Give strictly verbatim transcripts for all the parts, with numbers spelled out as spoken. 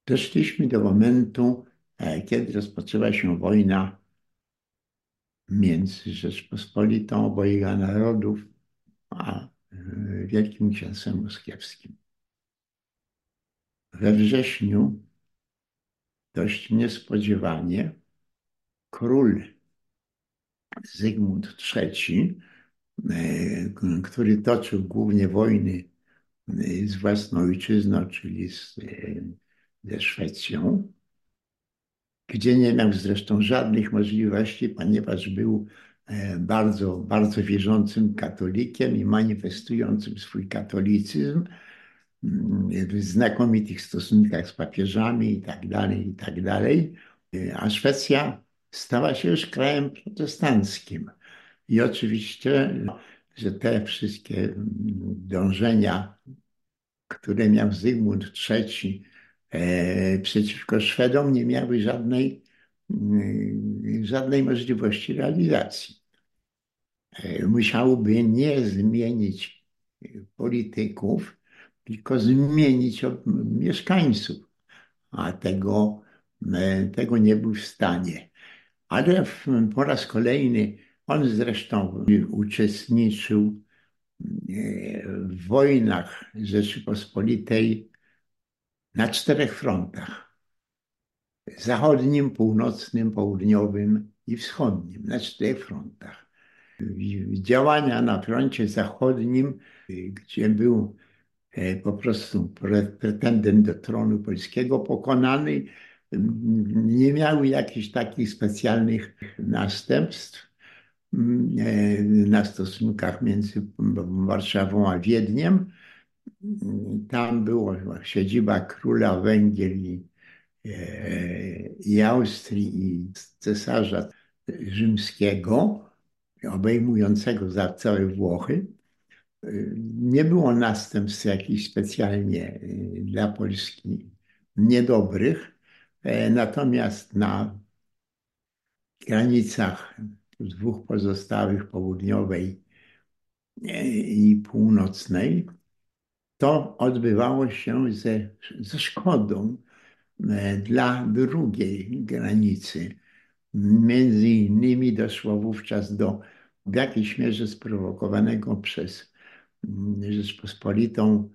Doszliśmy do momentu, e, kiedy rozpoczęła się wojna między Rzeczpospolitą Obojga Narodów a e, Wielkim Księstwem Moskiewskim. We wrześniu dość niespodziewanie król Zygmunt trzeci, e, który toczył głównie wojny e, z własną ojczyzną, czyli z, e, ze Szwecją, gdzie nie miał zresztą żadnych możliwości, ponieważ był e, bardzo, bardzo wierzącym katolikiem i manifestującym swój katolicyzm mm, w znakomitych stosunkach z papieżami i tak dalej, i tak dalej. E, A Szwecja stała się już krajem protestanckim. I oczywiście, że te wszystkie mm, dążenia, które miał Zygmunt trzeci e, przeciwko Szwedom, nie miały żadnej, mm, żadnej możliwości realizacji. E, Musiałoby nie zmienić polityków, tylko zmienić ob- mieszkańców, a tego, e, tego nie był w stanie. Ale w, po raz kolejny on zresztą uczestniczył e, w wojnach Rzeczypospolitej na czterech frontach: zachodnim, północnym, południowym i wschodnim, na czterech frontach. Działania na froncie zachodnim, gdzie był e, po prostu pretendent do tronu polskiego pokonany, nie miały jakichś takich specjalnych następstw e, na stosunkach między Warszawą a Wiedniem. Tam była siedziba króla Węgier i, e, i Austrii i cesarza rzymskiego, obejmującego za całe Włochy. Nie było następstw jakichś specjalnie e, dla Polski niedobrych, E, natomiast na granicach dwóch pozostałych, południowej e, i północnej, to odbywało się ze, ze szkodą e, dla drugiej granicy. Między innymi doszło wówczas do w jakiejś mierze sprowokowanego przez mm, Rzeczpospolitą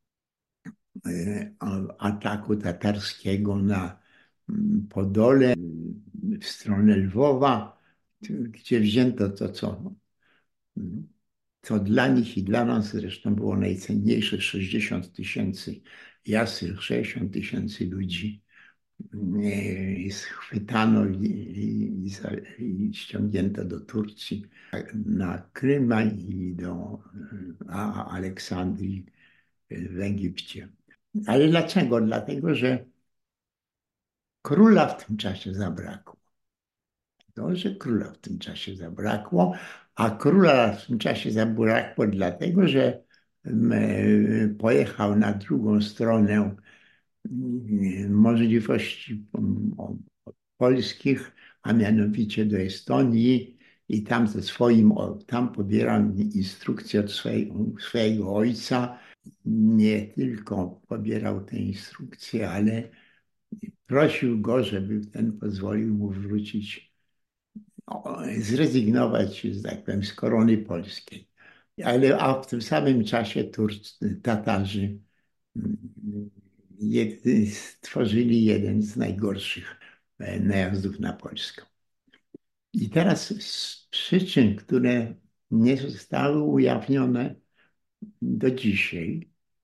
e, a- ataku tatarskiego na mm, Podole w stronę Lwowa, gdzie wzięto to, co, co dla nich i dla nas zresztą było najcenniejsze: sześćdziesiąt tysięcy jasyr, sześćdziesiąt tysięcy ludzi. Nie, schwytano i, i, i za- i ściągnięto do Turcji, na Krym i do a, Aleksandrii w Egipcie. Ale dlaczego? Dlatego, że króla w tym czasie zabrakło. To, że króla w tym czasie zabrakło, a króla w tym czasie zabrakło dlatego, że mm, pojechał na drugą stronę mm, możliwości mm, polskich, a mianowicie do Estonii, i tam ze swoim, o, tam pobierał instrukcję od swojego, swojego ojca. Nie tylko pobierał te instrukcje, ale prosił go, żeby ten pozwolił mu wrócić, o, zrezygnować, że tak powiem, z korony polskiej. Ale a w tym samym czasie Turcy, Tatarzy mm, jed, stworzyli jeden z najgorszych e, najazdów na Polskę. I teraz z przyczyn, które nie zostały ujawnione do dzisiaj,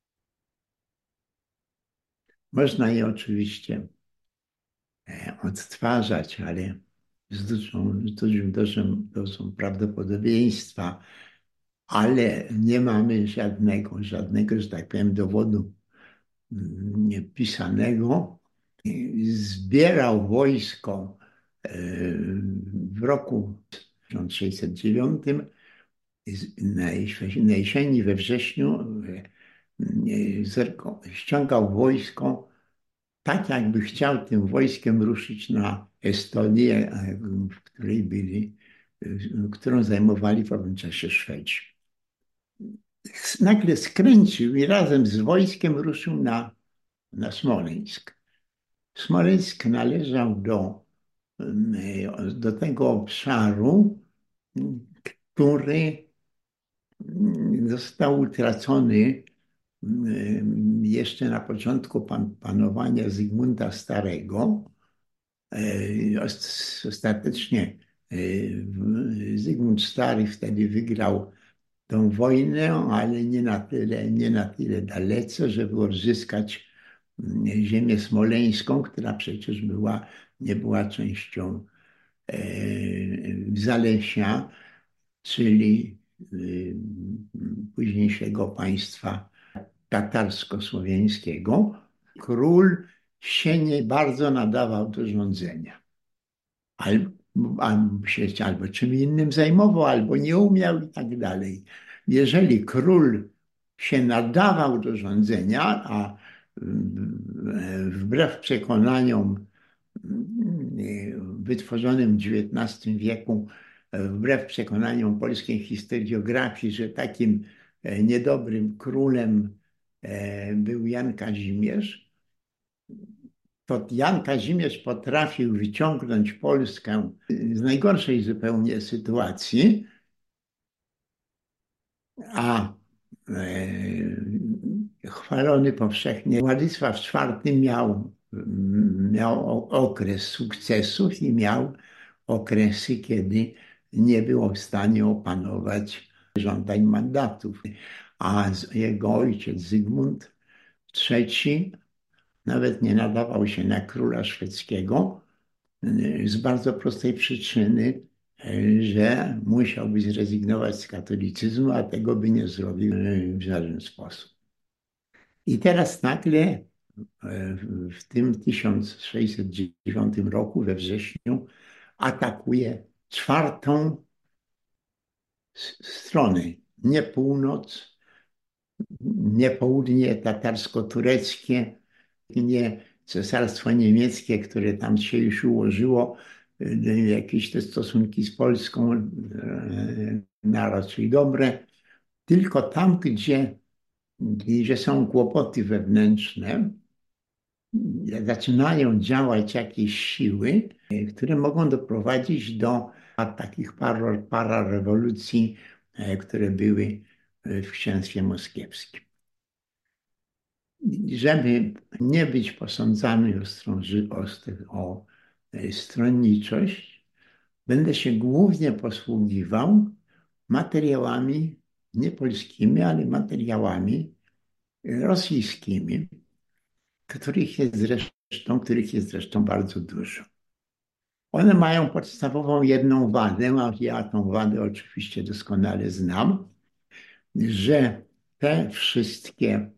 można je oczywiście e, odtwarzać, ale z dużą, z dużą dozą, dozą prawdopodobieństwa, ale nie mamy żadnego, żadnego, że tak powiem, dowodu mm, pisanego. Zbierał wojsko e, w roku tysiąc sześćset dziewiątym, na jeś- na jesieni, we wrześniu, e, zerko- ściągał wojsko, tak jakby chciał tym wojskiem ruszyć na Estonię, e, w której byli, e, którą zajmowali w owym czasie Szwedzi. Nagle skręcił i razem z wojskiem ruszył na, na Smoleńsk. Smoleńsk należał do, do tego obszaru, który został utracony jeszcze na początku pan, panowania Zygmunta Starego. Ostatecznie Zygmunt Stary wtedy wygrał tą wojnę, ale nie na tyle, nie na tyle dalece, żeby odzyskać ziemię smoleńską, która przecież była, nie była częścią Zalesia, czyli późniejszego państwa tatarsko-słowiańskiego. Król się nie bardzo nadawał do rządzenia. Albo, albo się albo czym innym zajmował, albo nie umiał i tak dalej. Jeżeli król się nadawał do rządzenia, a wbrew przekonaniom wytworzonym w dziewiętnastym wieku, wbrew przekonaniom polskiej historiografii, że takim niedobrym królem był Jan Kazimierz, to Jan Kazimierz potrafił wyciągnąć Polskę z najgorszej zupełnie sytuacji, a e, chwalony powszechnie Władysław czwarty miał, miał okres sukcesów i miał okresy, kiedy nie było w stanie opanować żądań mandatów. A jego ojciec Zygmunt trzeci nawet nie nadawał się na króla szwedzkiego z bardzo prostej przyczyny, że musiałby zrezygnować z katolicyzmu, a tego by nie zrobił w żaden sposób. I teraz nagle w tym tysiąc sześćset dziewiątym roku we wrześniu atakuje czwartą stronę, nie północ, nie południe tatarsko-tureckie, nie cesarstwo niemieckie, które tam się już ułożyło, jakieś te stosunki z Polską na raczej dobre, tylko tam, gdzie, gdzie są kłopoty wewnętrzne, zaczynają działać jakieś siły, które mogą doprowadzić do takich pararewolucji, które były w księstwie moskiewskim. Żeby nie być posądzany o, o, o stronniczość, będę się głównie posługiwał materiałami nie polskimi, ale materiałami rosyjskimi, których jest zresztą, których jest zresztą bardzo dużo. One mają podstawową jedną wadę, a ja tą wadę oczywiście doskonale znam, że te wszystkie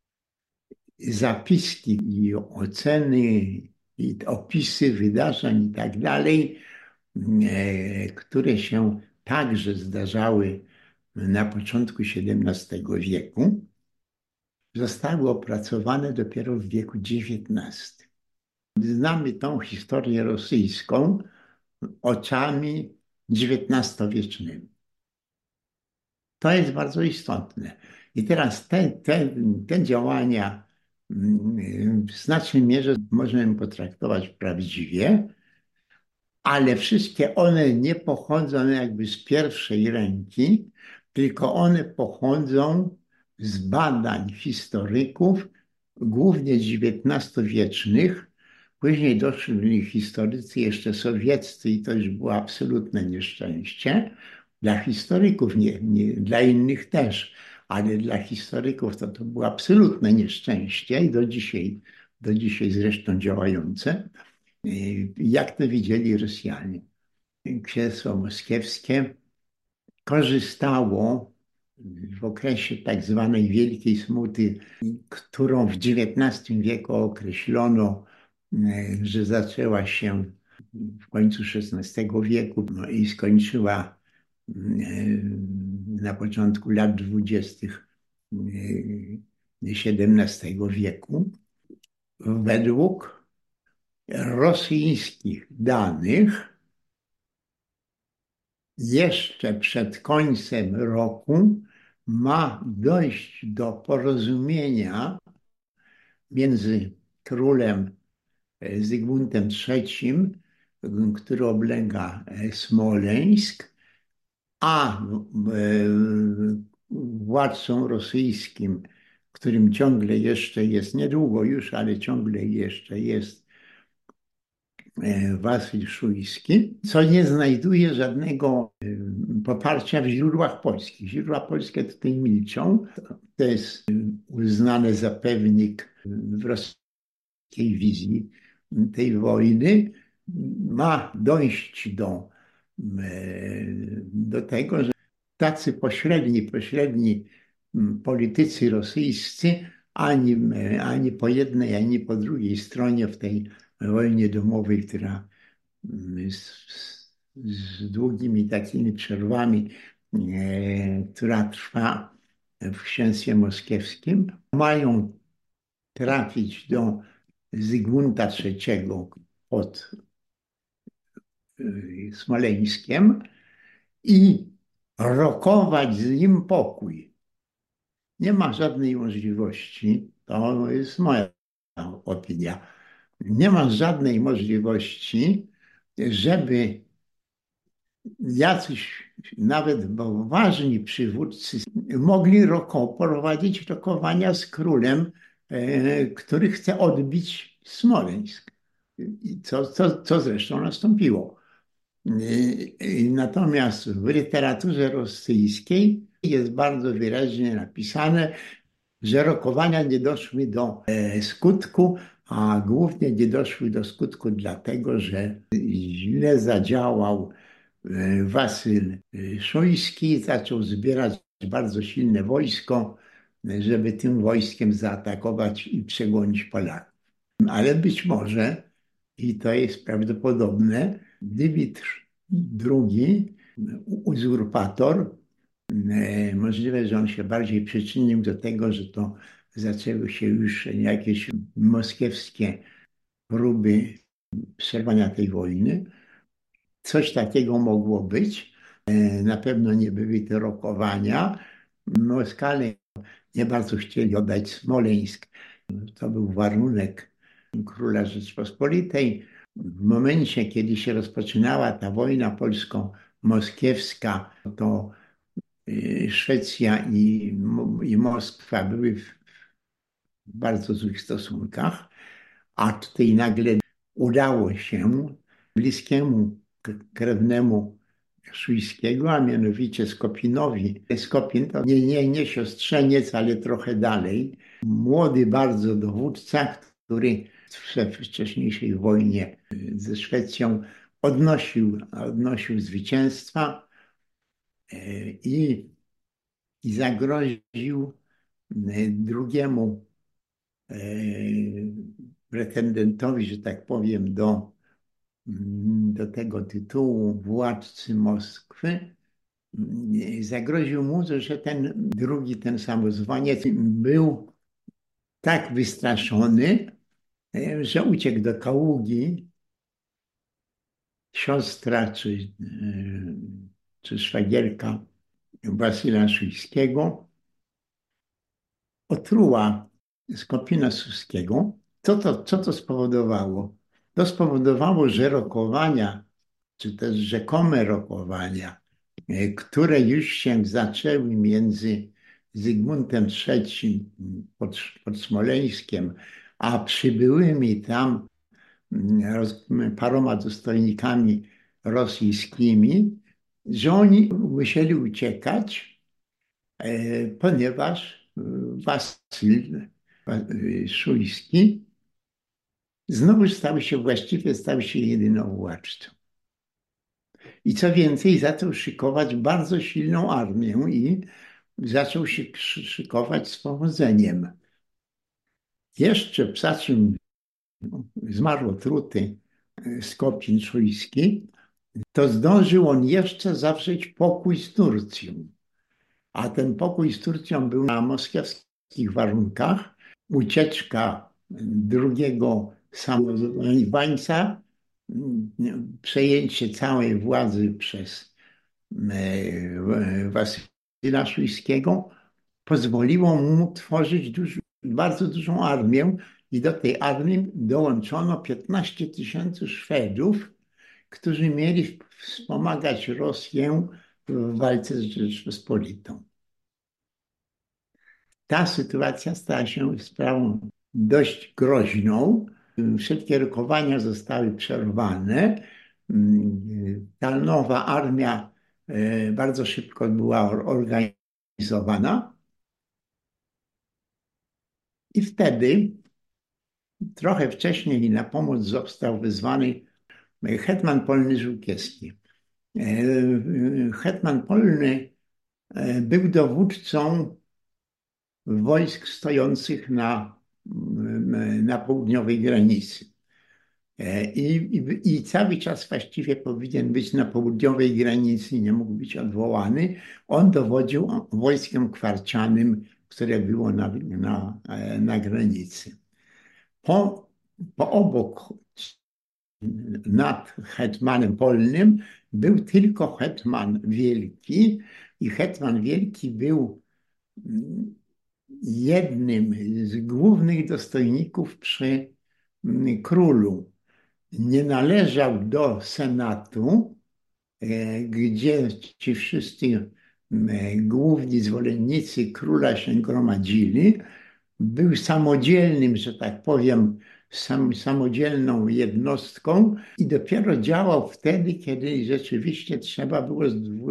zapiski i oceny i opisy wydarzeń i tak dalej, które się także zdarzały na początku siedemnastego wieku, zostały opracowane dopiero w wieku dziewiętnastym. Znamy tą historię rosyjską oczami dziewiętnastowiecznymi. To jest bardzo istotne. I teraz te, te, te działania w znacznej mierze możemy potraktować prawdziwie, ale wszystkie one nie pochodzą jakby z pierwszej ręki, tylko one pochodzą z badań historyków, głównie dziewiętnastowiecznych. Później doszli do nich historycy jeszcze sowieccy i to już było absolutne nieszczęście. Dla historyków, nie, nie, dla innych też, ale dla historyków to, to było absolutne nieszczęście i do dzisiaj, do dzisiaj zresztą działające. Jak to widzieli Rosjanie? Księstwo moskiewskie korzystało w okresie tak zwanej Wielkiej Smuty, którą w dziewiętnastym wieku określono, że zaczęła się w końcu szesnastego wieku i skończyła na początku lat dwudziestych siedemnastego wieku. Według rosyjskich danych jeszcze przed końcem roku ma dojść do porozumienia między królem Zygmuntem trzecim, który oblega Smoleńsk, a władcą rosyjskim, którym ciągle jeszcze jest, niedługo już, ale ciągle jeszcze jest Wasyl Szujski, co nie znajduje żadnego poparcia w źródłach polskich. Źródła polskie tutaj milczą. To jest uznane za pewnik w rosyjskiej wizji tej wojny. Ma dojść do, do tego, że tacy pośredni, pośredni politycy rosyjscy ani, ani po jednej, ani po drugiej stronie w tej wojnie domowej, która z, z długimi takimi przerwami, e, która trwa w księstwie moskiewskim, mają trafić do Zygmunta trzeciego pod Smoleńskiem i rokować z nim pokój. Nie ma żadnej możliwości, to jest moja opinia, nie ma żadnej możliwości, żeby jacyś nawet ważni przywódcy mogli roko, prowadzić rokowania z królem, e, który chce odbić Smoleńsk. I co, co, co zresztą nastąpiło. E, natomiast w literaturze rosyjskiej jest bardzo wyraźnie napisane, że rokowania nie doszły do e, skutku, a głównie nie doszły do skutku dlatego, że źle zadziałał e, Wasyl Szujski, zaczął zbierać bardzo silne wojsko, żeby tym wojskiem zaatakować i przegonić Polaków. Ale być może, i to jest prawdopodobne, Dymitr drugi, uzurpator, możliwe, że on się bardziej przyczynił do tego, że to zaczęły się już jakieś moskiewskie próby przerwania tej wojny. Coś takiego mogło być. Na pewno nie były to rokowania. Moskale nie bardzo chcieli oddać Smoleńsk. To był warunek króla Rzeczpospolitej. W momencie, kiedy się rozpoczynała ta wojna polsko-moskiewska, to Szwecja i, i Moskwa były w bardzo złych stosunkach, a tutaj nagle udało się bliskiemu krewnemu Szujskiego, a mianowicie Skopinowi. Skopin to nie, nie, nie siostrzeniec, ale trochę dalej. Młody bardzo dowódca, który w wcześniejszej wojnie ze Szwecją odnosił, odnosił zwycięstwa i, i zagroził drugiemu pretendentowi, że tak powiem, do, do tego tytułu władcy Moskwy, zagroził mu, że ten drugi, ten samozwaniec był tak wystraszony, że uciekł do Kaługi. Siostra czy, czy szwagierka Wasyla Szujskiego otruła Skopina Suskiego. Co to, co to spowodowało? To spowodowało, że rokowania, czy też rzekome rokowania, które już się zaczęły między Zygmuntem trzecim pod, pod Smoleńskiem, a przybyłymi tam paroma dostojnikami rosyjskimi, że oni musieli uciekać, ponieważ Wasyl Szujski znowu stał się, właściwie stał się jedyną władcą. I co więcej, zaczął szykować bardzo silną armię i zaczął się szykować z powodzeniem. Jeszcze psaczym zmarł otruty Skopin Szujski, to zdążył on jeszcze zawrzeć pokój z Turcją. A ten pokój z Turcją był na moskiewskich warunkach. Ucieczka drugiego samozwańca, przejęcie całej władzy przez Wasyla Szujskiego pozwoliło mu tworzyć duży, bardzo dużą armię I do tej armii dołączono piętnaście tysięcy Szwedów, którzy mieli wspomagać Rosję w walce z Rzeczpospolitą. Ta sytuacja stała się sprawą dość groźną. Wszystkie rokowania zostały przerwane. Ta nowa armia bardzo szybko była organizowana. I wtedy, trochę wcześniej, na pomoc został wezwany hetman polny Żółkiewski. Hetman polny był dowódcą wojsk stojących na, na południowej granicy. I, i, I cały czas właściwie powinien być na południowej granicy, nie mógł być odwołany. On dowodził wojskiem kwarcianym, które było na, na, na granicy. Po, po obok, nad hetmanem polnym, był tylko hetman wielki i hetman wielki był jednym z głównych dostojników przy królu. Nie należał do senatu, gdzie ci wszyscy główni zwolennicy króla się gromadzili. Był samodzielnym, że tak powiem, sam, samodzielną jednostką i dopiero działał wtedy, kiedy rzeczywiście trzeba było,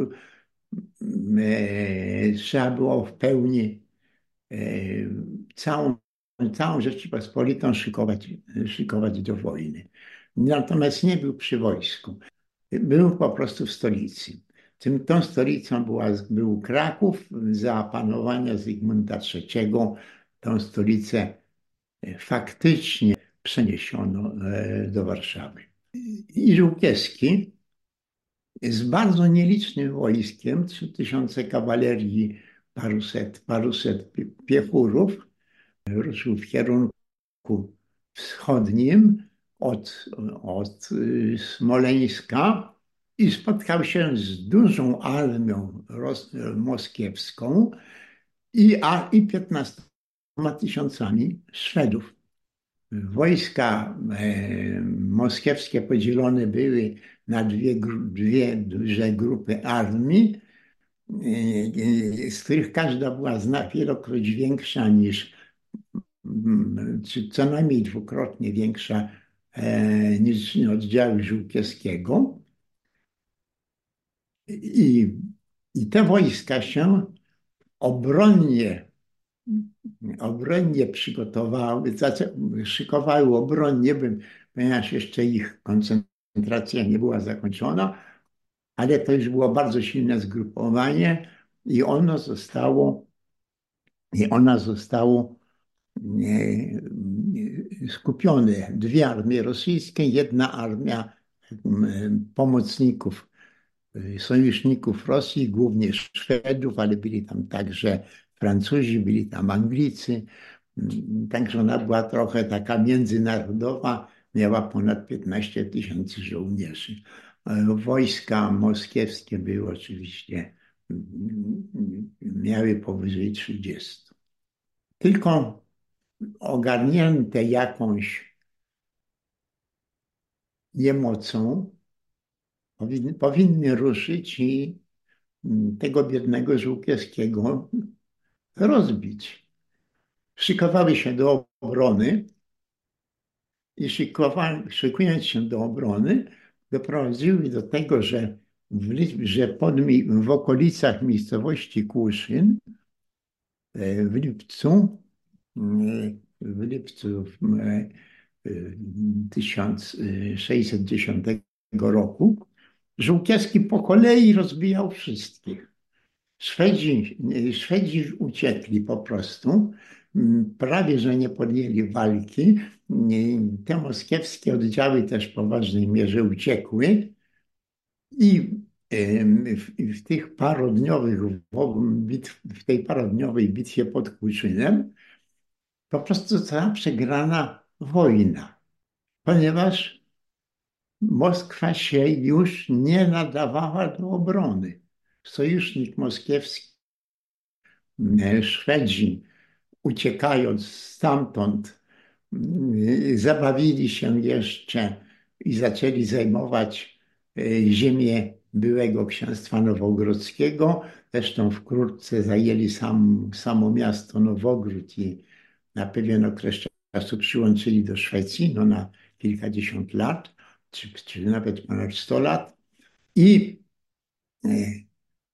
trzeba było w pełni całą, całą Rzeczypospolitą szykować, szykować do wojny. Natomiast nie był przy wojsku. Był po prostu w stolicy. Tym, tą stolicą była, był Kraków. Za panowania Zygmunta trzeciego tą stolicę faktycznie przeniesiono do Warszawy. I Żółkiewski z bardzo nielicznym wojskiem, trzy tysiące kawalerii, paruset, paruset piechurów, ruszył w kierunku wschodnim od, od Smoleńska i spotkał się z dużą armią moskiewską i, a, i piętnastoma tysiącami Szwedów. Wojska e, moskiewskie podzielone były na dwie, dwie duże grupy armii, e, z których każda była wielokrotnie większa niż, czy co najmniej dwukrotnie większa e, niż oddziały Żółkiewskiego. I, I te wojska się obronnie obronnie przygotowały, znaczy szykowały obronnie, ponieważ jeszcze ich koncentracja nie była zakończona, ale to już było bardzo silne zgrupowanie i ono zostało, i ona zostało skupione. Dwie armie rosyjskie, jedna armia pomocników, sojuszników Rosji, głównie Szwedów, ale byli tam także Francuzi, byli tam Anglicy. Także ona była trochę taka międzynarodowa, miała ponad piętnaście tysięcy żołnierzy. Wojska moskiewskie były oczywiście, miały powyżej trzydziestu. Tylko ogarnięte jakąś niemocą powinny, powinny ruszyć i tego biednego Żółkiewskiego rozbić. Szykowały się do obrony i szykując się do obrony, doprowadziły do tego, że w, że pod, w okolicach miejscowości Kłuszyn w lipcu, w lipcu tysiąc sześćset dziesiątego roku Żółkiewski po kolei rozbijał wszystkich. Szwedzi, Szwedzi uciekli po prostu, prawie że nie podjęli walki. Te moskiewskie oddziały też w poważnej mierze uciekły i w, w tych parodniowych bitw, w tej parodniowej bitwie pod Kłuszynem po prostu została przegrana wojna, ponieważ Moskwa się już nie nadawała do obrony. Sojusznik moskiewski, Szwedzi, uciekając stamtąd, y, zabawili się jeszcze i zaczęli zajmować y, ziemię byłego księstwa nowogrodzkiego. Zresztą wkrótce zajęli sam, samo miasto Nowogród i na pewien okres czasu przyłączyli do Szwecji, no na kilkadziesiąt lat, czy, czy nawet ponad sto lat. I y,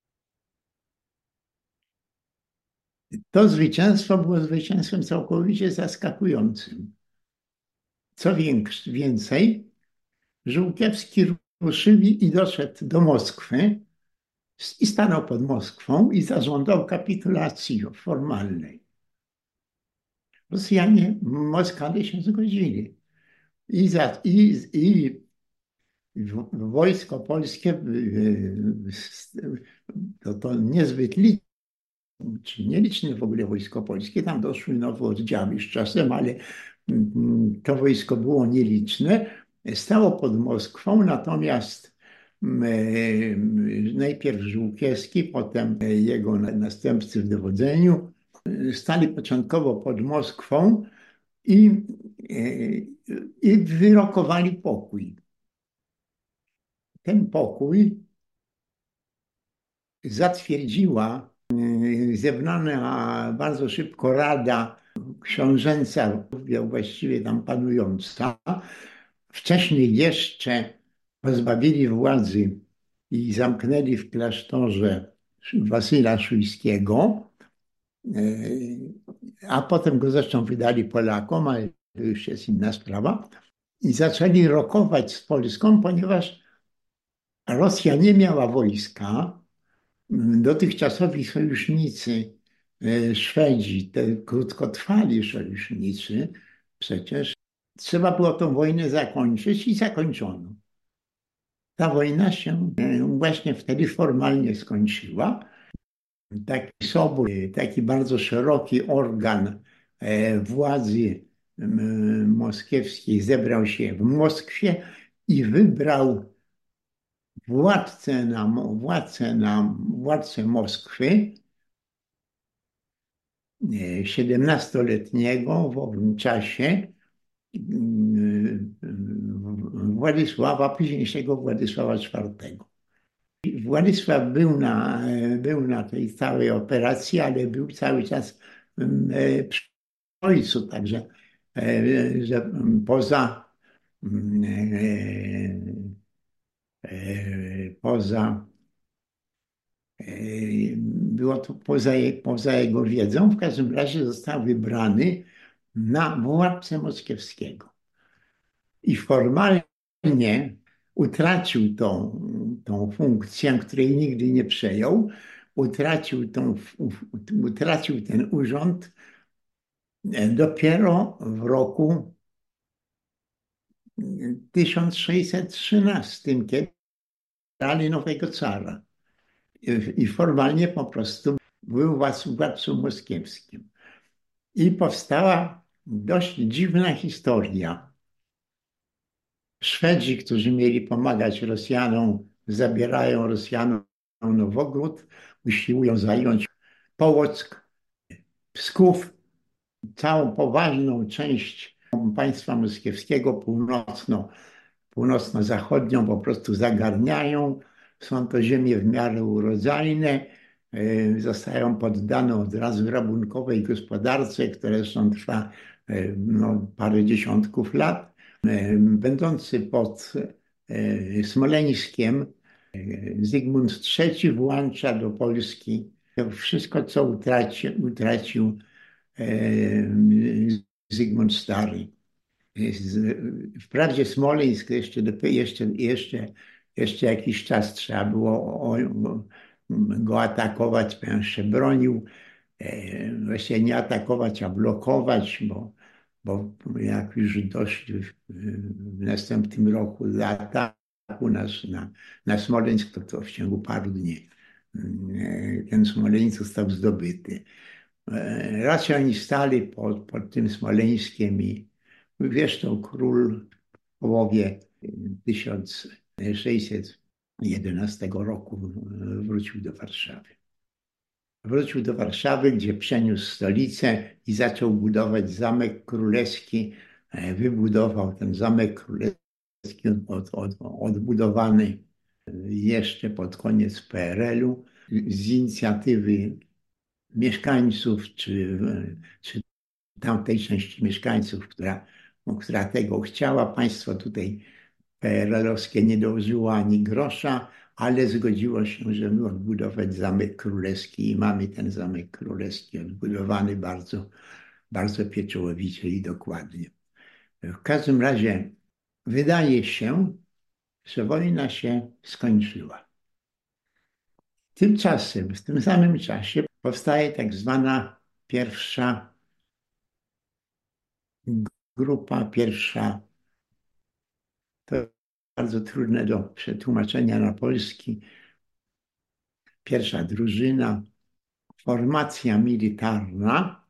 to zwycięstwo było zwycięstwem całkowicie zaskakującym. Co więcej, Żółkiewski ruszyli i doszedł do Moskwy i stanął pod Moskwą i zażądał kapitulacji formalnej. Rosjanie, Moskale się zgodzili. I, za, i, i wojsko polskie, y, y, to, to niezbyt liczne, czy nieliczne w ogóle wojsko polskie, tam doszły nowe oddziały z czasem, ale mm, to wojsko było nieliczne, stało pod Moskwą, natomiast mm, e, najpierw Żółkiewski, potem jego następcy w dowodzeniu stali początkowo pod Moskwą i, e, i wyrokowali pokój. Ten pokój zatwierdziła zebrana bardzo szybko rada książęca, właściwie tam panująca. Wcześniej jeszcze pozbawili władzy i zamknęli w klasztorze Wasyla Szujskiego, a potem go zresztą wydali Polakom, ale to już jest inna sprawa. I zaczęli rokować z Polską, ponieważ Rosja nie miała wojska. Dotychczasowi sojusznicy, e, Szwedzi, te krótkotrwali sojusznicy, przecież trzeba było tę wojnę zakończyć i zakończono. Ta wojna się e, właśnie wtedy formalnie skończyła. Taki sobór, e, taki bardzo szeroki organ e, władzy moskiewskiej zebrał się w Moskwie i wybrał władcę na, władcę na władcę Moskwy, siedemnastoletniego w owym czasie Władysława, późniejszego Władysława czwartego. Władysław był na, był na tej całej operacji, ale był cały czas przy ojcu, także że poza poza było to poza, poza jego wiedzą, w każdym razie został wybrany na władcę moskiewskiego. I formalnie utracił tą, tą funkcję, której nigdy nie przejął, utracił, tą, utracił ten urząd dopiero w roku tysiąc sześćset trzynastym, kiedy dali nowego cara. I formalnie po prostu był władcą moskiewskim. I powstała dość dziwna historia. Szwedzi, którzy mieli pomagać Rosjanom, zabierają Rosjanom Nowogród, usiłują zająć Połock, Psków, całą poważną część państwa moskiewskiego, północno, północno-zachodnią po prostu zagarniają. Są to ziemie w miarę urodzajne, zostają poddane od razu rabunkowej gospodarce, która zresztą trwa no, parę dziesiątków lat. Będący pod Smoleńskiem, Zygmunt trzeci włącza do Polski wszystko, co utraci, utracił Zygmunt Stary. Wprawdzie Smoleńsk jeszcze, jeszcze, jeszcze, jeszcze jakiś czas trzeba było go atakować, ponieważ się bronił. Właściwie nie atakować, a blokować, bo, bo jak już doszli w, w następnym roku do ataku na, na, na Smoleńsk, to, to w ciągu paru dni ten Smoleńsk został zdobyty. Raczej oni stali pod, pod tym Smoleńskiem i zresztą król w połowie tysiąc sześćset jedenastego roku wrócił do Warszawy. Wrócił do Warszawy, gdzie przeniósł stolicę i zaczął budować Zamek Królewski e, wybudował ten Zamek Królewski, od, od, odbudowany jeszcze pod koniec P R L-u z inicjatywy mieszkańców, czy, czy tamtej części mieszkańców, która, no, która tego chciała. Państwo tutaj P R L-owskie nie dołożyło ani grosza, ale zgodziło się, żeby odbudować Zamek Królewski i mamy ten Zamek Królewski odbudowany bardzo, bardzo pieczołowicie i dokładnie. W każdym razie wydaje się, że wojna się skończyła. Tymczasem, w tym samym czasie powstaje tak zwana pierwsza grupa, pierwsza, to bardzo trudne do przetłumaczenia na polski, pierwsza drużyna, formacja militarna,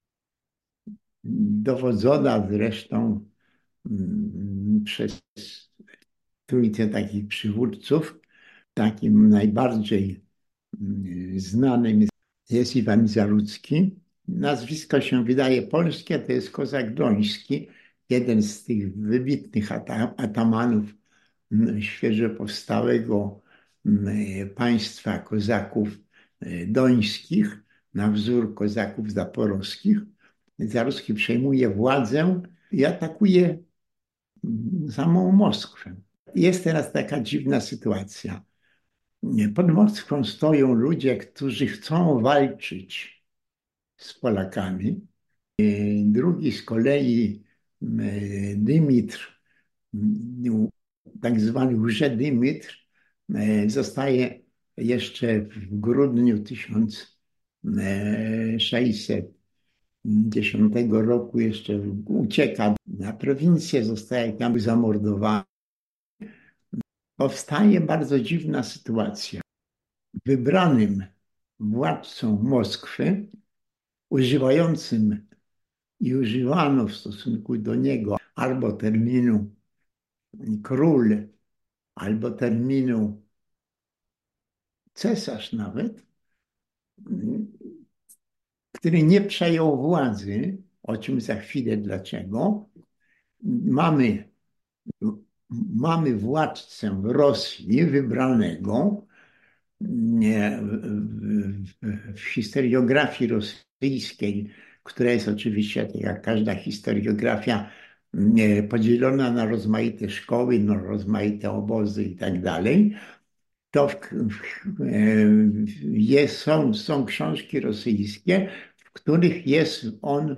dowodzona zresztą mm, przez trójcę takich przywódców. Takim najbardziej mm, znanym jest Iwan Zarudzki. Nazwisko się wydaje polskie, to jest Kozak Doński, jeden z tych wybitnych atamanów mm, świeżo powstałego mm, państwa kozaków y, dońskich, na wzór kozaków zaporowskich. Zarudzki przejmuje władzę i atakuje mm, samą Moskwę. Jest teraz taka dziwna sytuacja. Pod Moskwą stoją ludzie, którzy chcą walczyć z Polakami. Drugi z kolei Dymitr, tak zwany Łże-Dymitr, zostaje jeszcze w grudniu tysiąc sześćset dziesiątego roku, jeszcze ucieka na prowincję, zostaje tam zamordowany. Powstaje bardzo dziwna sytuacja. Wybranym władcą Moskwy, używającym i używano w stosunku do niego albo terminu król, albo terminu cesarz nawet, który nie przejął władzy, o czym za chwilę dlaczego. Mamy, mamy władcę Rosji wybranego. W historiografii rosyjskiej, która jest oczywiście, tak jak każda historiografia, podzielona na rozmaite szkoły, na rozmaite obozy i tak dalej, to w, jest, są, są książki rosyjskie, w których jest on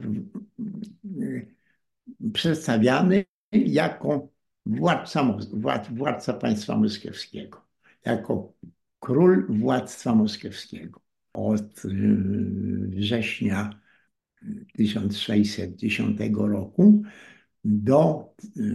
przedstawiany jako władca, władca państwa moskiewskiego, jako król władztwa moskiewskiego. Od września tysiąc sześćset dziesiątego roku do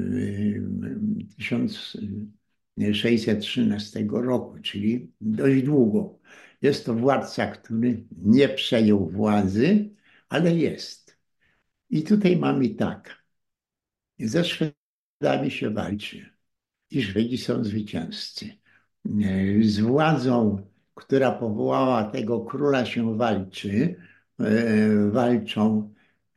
tysiąc sześćset trzynastego roku, czyli dość długo. Jest to władca, który nie przejął władzy, ale jest. I tutaj mamy tak. Ze Szwedami się walczy i Szwedzi są zwycięzcy. Z władzą, która powołała tego króla, się walczy. Walczą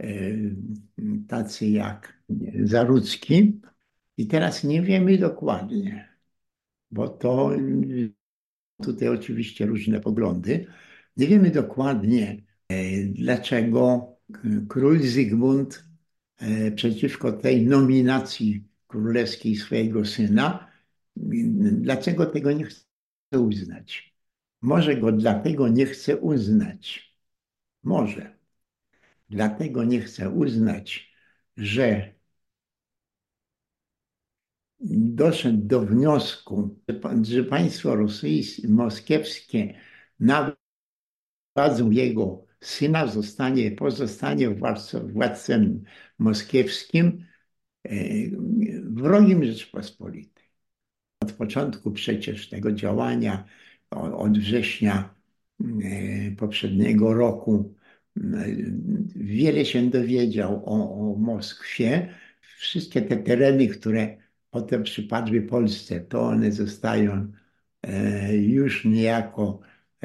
tacy jak Zarudzki. I teraz nie wiemy dokładnie, bo to tutaj oczywiście różne poglądy. Nie wiemy dokładnie, dlaczego król Zygmunt przeciwko tej nominacji królewskiej swojego syna, dlaczego tego nie chce uznać. Może go dlatego nie chce uznać. Może. Dlatego nie chce uznać, że doszedł do wniosku, że państwo rosyjskie, moskiewskie nawadzą jego syna, zostanie, pozostanie władcą, władcem moskiewskim, wrogiem Rzeczpospolitej. Od początku przecież tego działania, od września poprzedniego roku, wiele się dowiedział o, o Moskwie. Wszystkie te tereny, które potem przypadły Polsce, to one zostają już niejako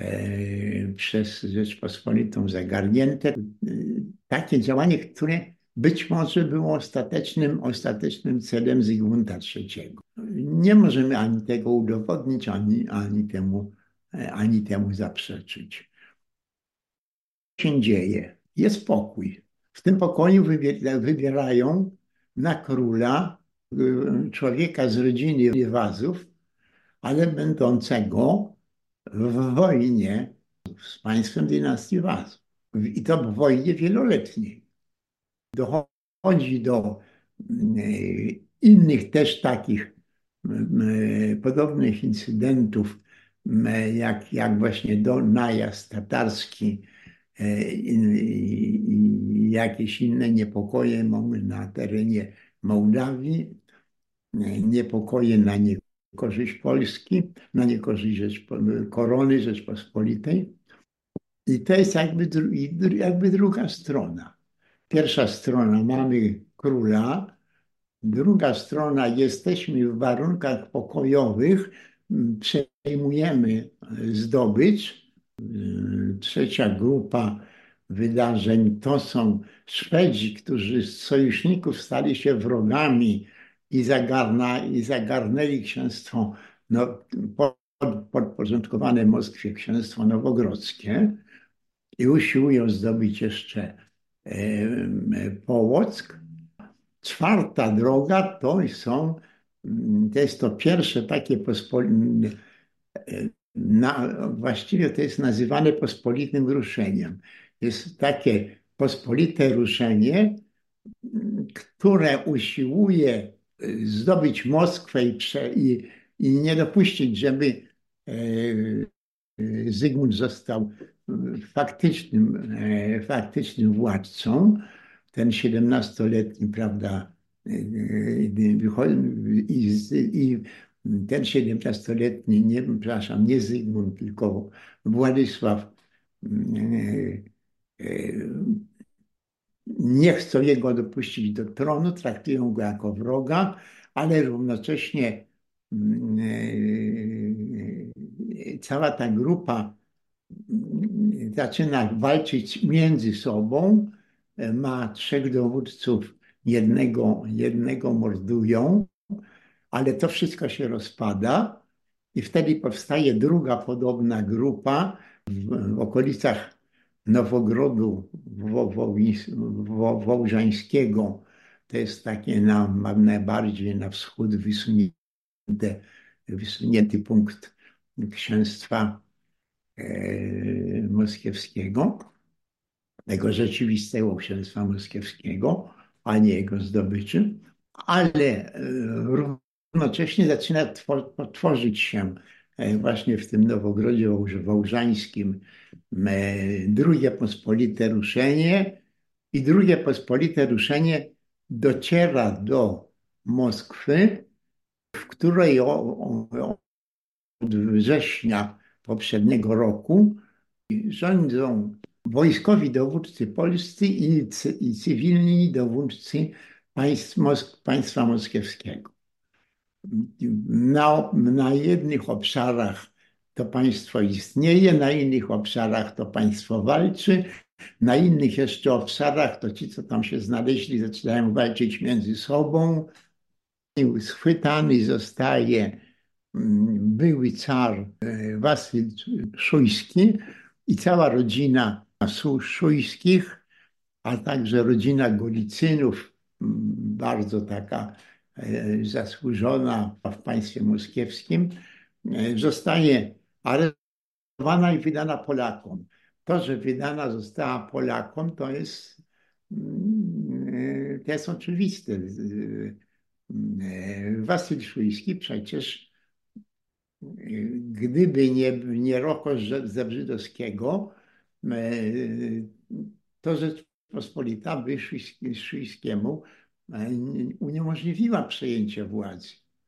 przez Rzeczpospolitą zagarnięte. Takie działanie, które być może było ostatecznym, ostatecznym celem Zygmunta trzeciego. Nie możemy ani tego udowodnić, ani, ani, temu, ani temu zaprzeczyć. Co się dzieje? Jest pokój. W tym pokoju wybierają na króla y, człowieka z rodziny Wazów, ale będącego w wojnie z państwem dynastii Wazów. I to w wojnie wieloletniej. Dochodzi do y, innych też takich y, podobnych incydentów, y, jak, jak właśnie do najazd tatarski y, i jakieś inne niepokoje mamy na terenie Mołdawii, y, niepokoje na niekorzyść Polski, na niekorzyść Rzeczpo, korony Rzeczpospolitej. I to jest jakby, jakby druga strona. Pierwsza strona mamy króla, druga strona jesteśmy w warunkach pokojowych, przejmujemy zdobycz. Trzecia grupa wydarzeń to są Szwedzi, którzy z sojuszników stali się wrogami i, zagarna, i zagarnęli księstwo no, pod, podporządkowane Moskwie księstwo nowogrodzkie i usiłują zdobyć jeszcze Połock. Czwarta droga to są, to jest to pierwsze takie pospolite, na, właściwie to jest nazywane pospolitym ruszeniem. Jest takie pospolite ruszenie, które usiłuje zdobyć Moskwę i, prze, i, i nie dopuścić, żeby Zygmunt został faktycznym, faktycznym władcą. Ten siedemnastoletni, prawda, i, i ten siedemnastoletni, nie, przepraszam, nie Zygmunt, tylko Władysław nie chcą jego dopuścić do tronu, traktują go jako wroga, ale równocześnie cała ta grupa zaczyna walczyć między sobą, ma trzech dowódców, jednego, jednego mordują, ale to wszystko się rozpada i wtedy powstaje druga podobna grupa w, w okolicach Nowogrodu wo, wo, wo, Wołżańskiego. To jest takie na, najbardziej na wschód wysunięte, wysunięty punkt księstwa e, moskiewskiego, tego rzeczywistego księstwa moskiewskiego, a nie jego zdobyczy, ale równocześnie zaczyna tworzyć się właśnie w tym Nowogrodzie Wołżańskim drugie pospolite ruszenie i drugie pospolite ruszenie dociera do Moskwy, w której od września poprzedniego roku rządzą wojskowi dowódcy polscy i, i cywilni dowódcy państw, Mosk, państwa moskiewskiego. Na, na jednych obszarach to państwo istnieje, na innych obszarach to państwo walczy, na innych jeszcze obszarach to ci, co tam się znaleźli, zaczynają walczyć między sobą. Schwytany zostaje były car Wasyl Szujski i cała rodzina Szujskich, a także rodzina Golicynów, bardzo taka zasłużona w państwie moskiewskim, zostaje aresztowana i wydana Polakom. To, że wydana została Polakom, to jest, to jest oczywiste. Wasyl Szujski przecież, gdyby nie, nie Rokosz Zebrzydowskiego, to Rzeczpospolita by Szujskiemu uniemożliwiła przejęcie władzy.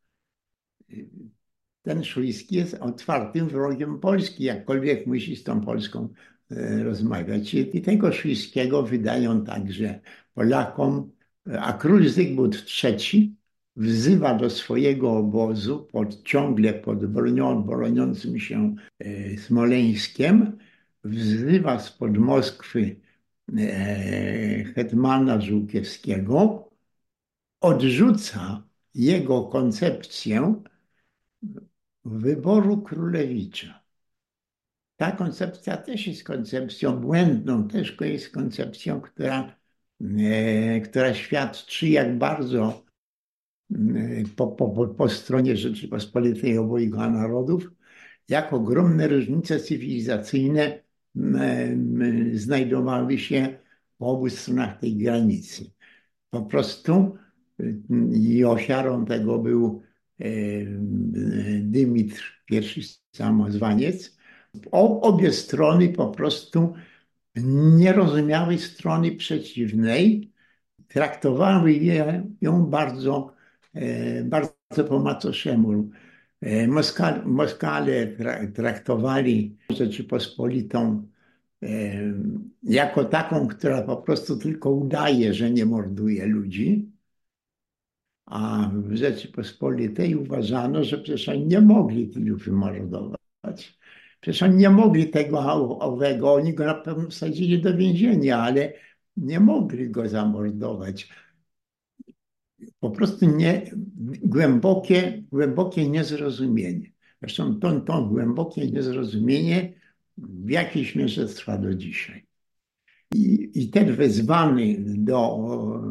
Ten Szujski jest otwartym wrogiem Polski, jakkolwiek musi z tą Polską rozmawiać. I tego Szujskiego wydają także Polakom, a król Zygmunt trzeci wzywa do swojego obozu, pod, ciągle pod bronią, broniącym się Smoleńskiem, wzywa spod Moskwy e, hetmana Żółkiewskiego, odrzuca jego koncepcję wyboru królewicza. Ta koncepcja też jest koncepcją błędną, też jest koncepcją, która, e, która świadczy, jak bardzo e, po, po, po stronie Rzeczypospolitej obojga narodów, jak ogromne różnice cywilizacyjne m, m, znajdowały się po obu stronach tej granicy. Po prostu y, i ofiarą tego był e, Dymitr I Samozwaniec. O- Obie strony po prostu nie rozumiały strony przeciwnej, traktowały je, ją bardzo, e, bardzo po macoszemu. E, Moskale, Moskale tra- traktowali Rzeczypospolitą e, jako taką, która po prostu tylko udaje, że nie morduje ludzi, a w Rzeczypospolitej uważano, że przecież oni nie mogli tylu wymordować. Przecież oni nie mogli tego owego, oni go na pewno wsadzili do więzienia, ale nie mogli go zamordować. Po prostu nie, głębokie, głębokie niezrozumienie. Zresztą to, to głębokie niezrozumienie w jakiejś mierze trwa do dzisiaj. I, i ten wezwany do,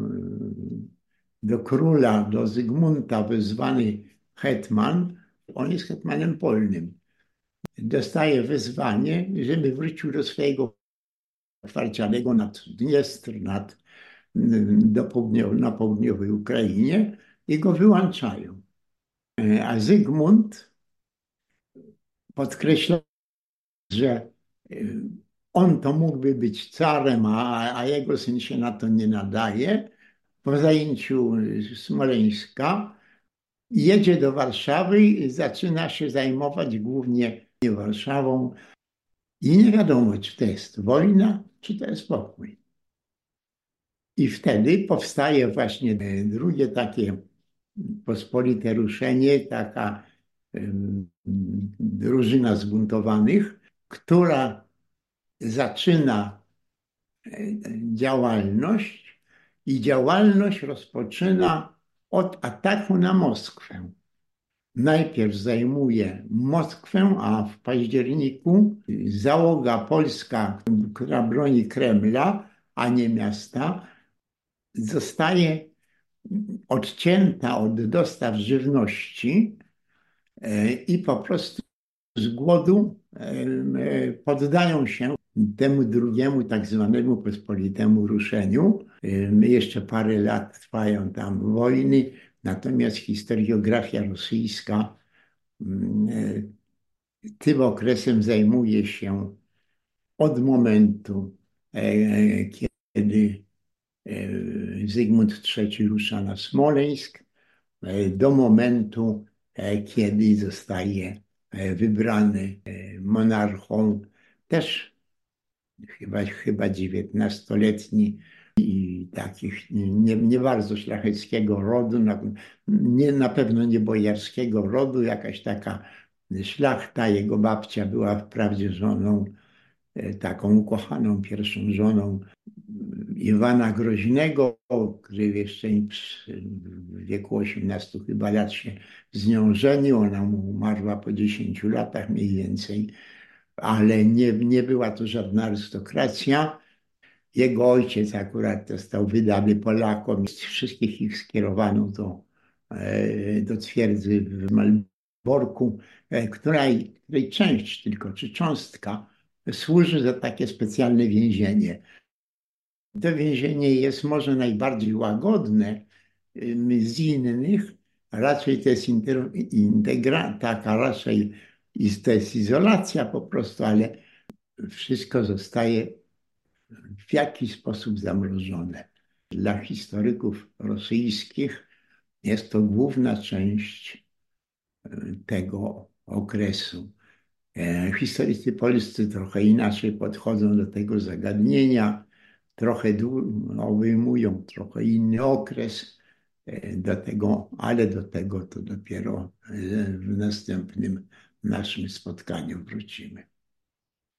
do króla, do Zygmunta, wezwany hetman, on jest hetmanem polnym, dostaje wezwanie, żeby wrócił do swojego twardzianego nad Dniestr, nad, do południowej, na południowej Ukrainie i go wyłączają. A Zygmunt podkreśla, że on to mógłby być carem, a, a jego syn się na to nie nadaje. Po zajęciu Smoleńska jedzie do Warszawy i zaczyna się zajmować głównie Warszawą. I nie wiadomo, czy to jest wojna, czy to jest pokój. I wtedy powstaje właśnie drugie takie pospolite ruszenie, taka um, drużyna zbuntowanych, która zaczyna działalność i działalność rozpoczyna od ataku na Moskwę. Najpierw zajmuje Moskwę, a w październiku załoga polska, która broni Kremla, a nie miasta, zostaje odcięta od dostaw żywności i po prostu z głodu poddają się temu drugiemu tak zwanemu pospolitemu ruszeniu. Jeszcze parę lat trwają tam wojny, natomiast historiografia rosyjska tym okresem zajmuje się od momentu, kiedy Zygmunt trzeci rusza na Smoleńsk, do momentu, kiedy zostaje wybrany monarchą, też chyba, chyba dziewiętnastoletni i takich nie, nie bardzo szlacheckiego rodu, na, nie, na pewno nie bojarskiego rodu, jakaś taka szlachta. Jego babcia była wprawdzie żoną, taką ukochaną pierwszą żoną Iwana Groźnego, który jeszcze w wieku osiemnastu chyba lat się z nią żenił. Ona mu umarła po dziesięciu latach mniej więcej, ale nie, nie była to żadna arystokracja. Jego ojciec akurat został wydany Polakom. Wszystkich ich skierowano do, do twierdzy w Malborku, której, której część tylko, czy cząstka służy za takie specjalne więzienie. To więzienie jest może najbardziej łagodne z innych, raczej to jest integra, taka raczej to jest izolacja po prostu, ale wszystko zostaje w jakiś sposób zamrożone. Dla historyków rosyjskich jest to główna część tego okresu. Historycy polscy trochę inaczej podchodzą do tego zagadnienia, trochę obejmują trochę inny okres, do tego, ale do tego to dopiero w następnym naszym spotkaniu wrócimy.